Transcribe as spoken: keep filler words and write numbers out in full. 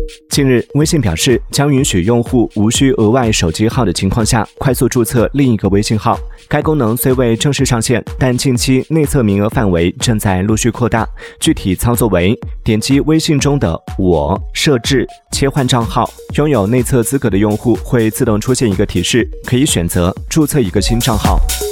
近日，微信表示将允许用户无需额外手机号的情况下快速注册另一个微信号。该功能虽未正式上线，但近期内测名额范围正在陆续扩大。具体操作为：点击微信中的“我”设置，切换账号。拥有内测资格的用户会自动出现一个提示，可以选择注册一个新账号。